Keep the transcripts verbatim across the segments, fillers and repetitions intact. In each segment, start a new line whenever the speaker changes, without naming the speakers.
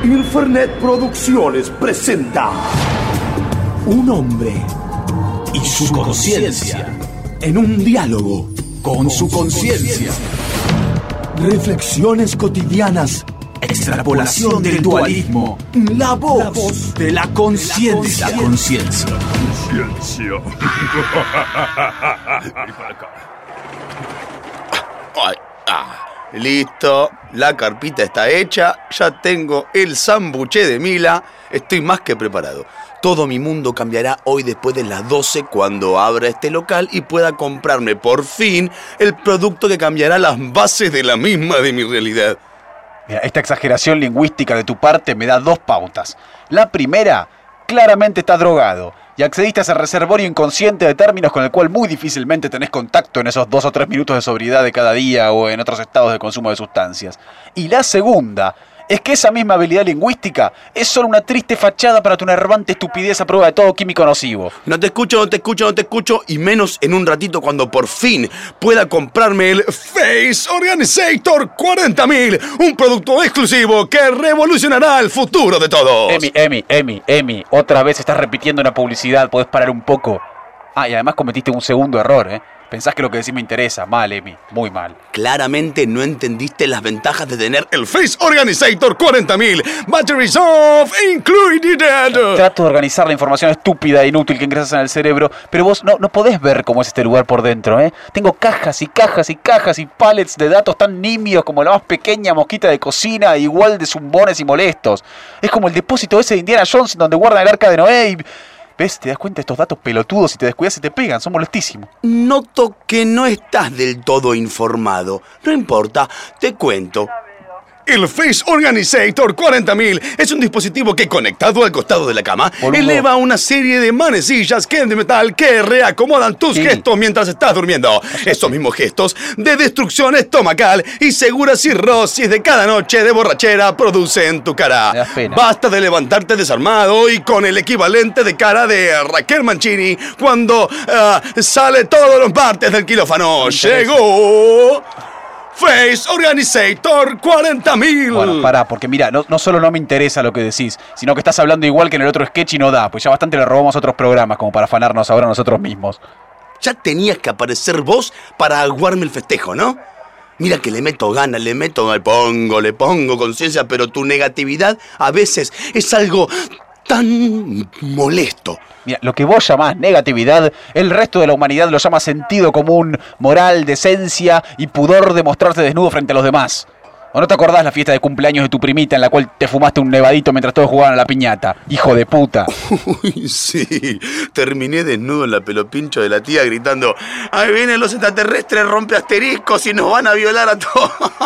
Infernet Producciones presenta un hombre
y su conciencia
en un diálogo
con su conciencia.
Reflexiones cotidianas,
Extrapolación del dualismo.
la voz,
La voz de la conciencia. La conciencia.
Conciencia.
Ay, ah, listo, la carpita está hecha, ya tengo el sambuché de Mila, estoy más que preparado. Todo mi mundo cambiará hoy después de las doce cuando abra este local y pueda comprarme por fin el producto que cambiará las bases de la misma de mi realidad.
Mira, esta exageración lingüística de tu parte me da dos pautas. La primera, claramente estás drogado y accediste a ese reservorio inconsciente de términos con el cual muy difícilmente tenés contacto en esos dos o tres minutos de sobriedad de cada día o en otros estados de consumo de sustancias. Y la segunda es que esa misma habilidad lingüística es solo una triste fachada para tu enervante estupidez a prueba de todo químico nocivo.
No te escucho, no te escucho, no te escucho, y menos en un ratito cuando por fin pueda comprarme el Face Organizator cuarenta mil, un producto exclusivo que revolucionará el futuro de todos.
Emi, Emi, Emi, Emi, otra vez estás repitiendo una publicidad, podés parar un poco. Ah, y además cometiste un segundo error, ¿eh? Pensás que lo que decís me interesa. Mal, Emi, muy mal.
Claramente no entendiste las ventajas de tener el Face Organizator cuarenta mil. Batteries off included.
Trato de organizar la información estúpida e inútil que ingresas en el cerebro, pero vos no, no podés ver cómo es este lugar por dentro, ¿eh? Tengo cajas y cajas y cajas y pallets de datos tan nimios como la más pequeña mosquita de cocina, igual de zumbones y molestos. Es como el depósito ese de Indiana Jones donde guardan el arca de Noé y... ¿Ves? ¿Te das cuenta? Estos datos pelotudos, si te descuidas se te pegan, son molestísimos.
Noto que no estás del todo informado. No importa, te cuento. El Face Organizator cuarenta mil es un dispositivo que, conectado al costado de la cama,
Boludo.
eleva una serie de manecillas que de metal que reacomodan tus
Sí.
gestos mientras estás durmiendo. Esos mismos gestos de destrucción estomacal y segura cirrosis de cada noche de borrachera producen tu cara.
Me das pena.
Basta de levantarte desarmado y con el equivalente de cara de Raquel Mancini cuando ah, sale todos los martes del quirófano. Llegó Face Organizator cuarenta mil.
Bueno, pará, porque mira, no, no solo no me interesa lo que decís, sino que estás hablando igual que en el otro sketch y no da, pues ya bastante le robamos a otros programas como para afanarnos ahora nosotros mismos.
Ya tenías que aparecer vos para aguarme el festejo, ¿no? Mira que le meto ganas, le meto, le pongo, le pongo conciencia, pero tu negatividad a veces es algo tan molesto.
Mira, lo que vos llamás negatividad, el resto de la humanidad lo llama sentido común, moral, decencia y pudor de mostrarse desnudo frente a los demás. ¿O no te acordás la fiesta de cumpleaños de tu primita en la cual te fumaste un nevadito mientras todos jugaban a la piñata? ¡Hijo de puta!
Uy, sí, terminé desnudo en la pelopincho de la tía gritando: ¡ahí vienen los extraterrestres, rompe asteriscos y nos van a violar a todos!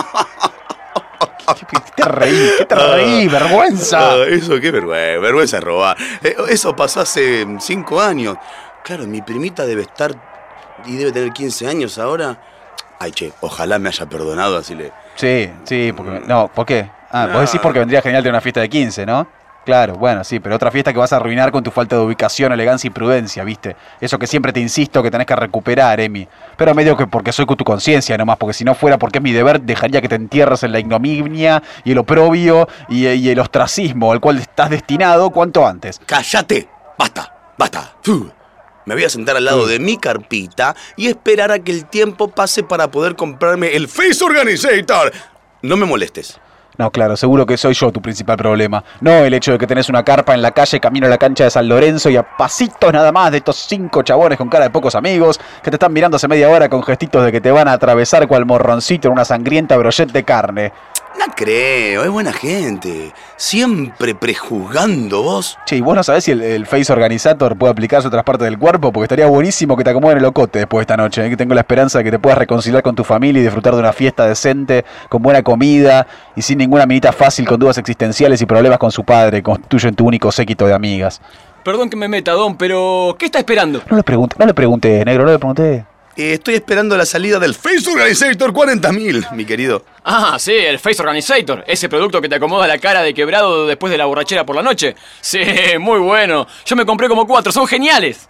¿Qué te reí? ¿Qué te reí? ¡Vergüenza!
Ah, eso, qué vergüenza, vergüenza robar. Eh, eso pasó hace cinco años. Claro, mi primita debe estar y debe tener quince años ahora. Ay, che, ojalá me haya perdonado, así le...
Sí, sí, porque... No, ¿por qué? Ah, vos decís porque vendría genial tener una fiesta de quince, ¿no? Claro, bueno, sí, pero otra fiesta que vas a arruinar con tu falta de ubicación, elegancia y prudencia, ¿viste? Eso que siempre te insisto que tenés que recuperar, Emi. Pero medio que porque soy con tu conciencia nomás, porque si no fuera porque es mi deber, dejaría que te entierres en la ignominia y el oprobio y, y el ostracismo al cual estás destinado cuanto antes.
¡Cállate! ¡Basta! ¡Basta! ¡Fu! Me voy a sentar al lado de mi carpita y esperar a que el tiempo pase para poder comprarme el Face Organizator. No me molestes.
No, claro, seguro que soy yo tu principal problema. No el hecho de que tenés una carpa en la calle camino a la cancha de San Lorenzo y a pasitos nada más de estos cinco chabones con cara de pocos amigos que te están mirando hace media hora con gestitos de que te van a atravesar cual morroncito en una sangrienta brochette de carne.
No creo, es buena gente. Siempre prejuzgando vos.
Che, ¿y vos no sabés si el, el Face Organizator puede aplicarse a otras partes del cuerpo? Porque estaría buenísimo que te acomoden el ocote después de esta noche, ¿eh? Que tengo la esperanza de que te puedas reconciliar con tu familia y disfrutar de una fiesta decente, con buena comida y sin ninguna minita fácil con dudas existenciales y problemas con su padre, que constituyen tu único séquito de amigas.
Perdón que me meta, Don, pero ¿qué está esperando?
No le pregunté, no le pregunté, negro, no le pregunté.
Eh, estoy esperando la salida del Face Organizator cuarenta mil, mi querido.
Ah, sí, el Face Organizator. Ese producto que te acomoda la cara de quebrado después de la borrachera por la noche. Sí, muy bueno. Yo me compré como cuatro, son geniales.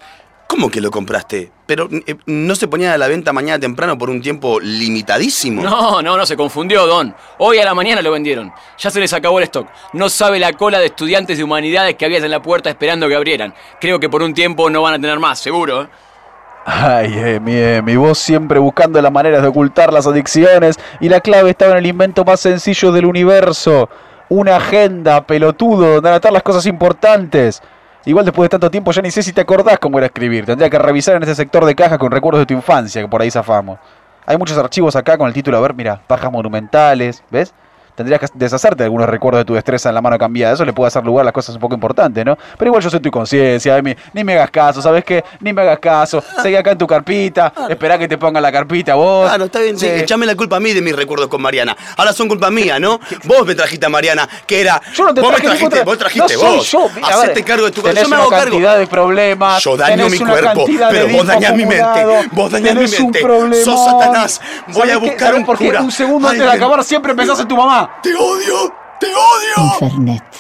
¿Cómo que lo compraste? Pero eh, ¿no se ponía a la venta mañana temprano por un tiempo limitadísimo?
No, no, no, se confundió, Don. Hoy a la mañana lo vendieron. Ya se les acabó el stock. No sabe la cola de estudiantes de humanidades que había en la puerta esperando que abrieran. Creo que por un tiempo no van a tener más, seguro, ¿eh?
Ay, Emi, Emi, vos siempre buscando las maneras de ocultar las adicciones y la clave estaba en el invento más sencillo del universo. Una agenda, pelotudo, donde anotar las cosas importantes. Igual después de tanto tiempo ya ni sé si te acordás cómo era escribir. Tendría que revisar en ese sector de cajas con recuerdos de tu infancia, que por ahí zafamos. Hay muchos archivos acá con el título, a ver, mira, pajas monumentales, ¿ves? Tendrías que deshacerte de algunos recuerdos de tu destreza en la mano cambiada. Eso le puede hacer lugar a las cosas un poco importantes, ¿no? Pero igual yo soy tu conciencia, Emi. Ni me hagas caso, ¿sabes qué? Ni me hagas caso. Seguí acá en tu carpita. Esperá que te pongan la carpita vos.
Ah, no, está bien, sí.
Eh,
Echame la culpa a mí de mis recuerdos con Mariana. Ahora son culpa mía, ¿no? Vos me trajiste a Mariana, que era...
Yo no te
vos
traje
me trajiste,
ningún tra-
vos trajiste,
no soy
vos.
yo. A
Hacete
ver,
cargo de tu...
tenés
Yo me
una
hago cargo.
cantidad de problemas.
Yo daño
tenés
mi
una
cuerpo,
cantidad de
pero vos dañás mi mente.
acumulado,
Vos dañás mi
tenés un
mente.
problemón.
Sos Satanás. Voy
¿Sabés
a
qué?
buscar
¿Sabés
un
por qué?
cura.
Un segundo antes de
Alguien-
acabar siempre pensás en tu mamá.
¡Te odio! ¡Te odio!
Infernet.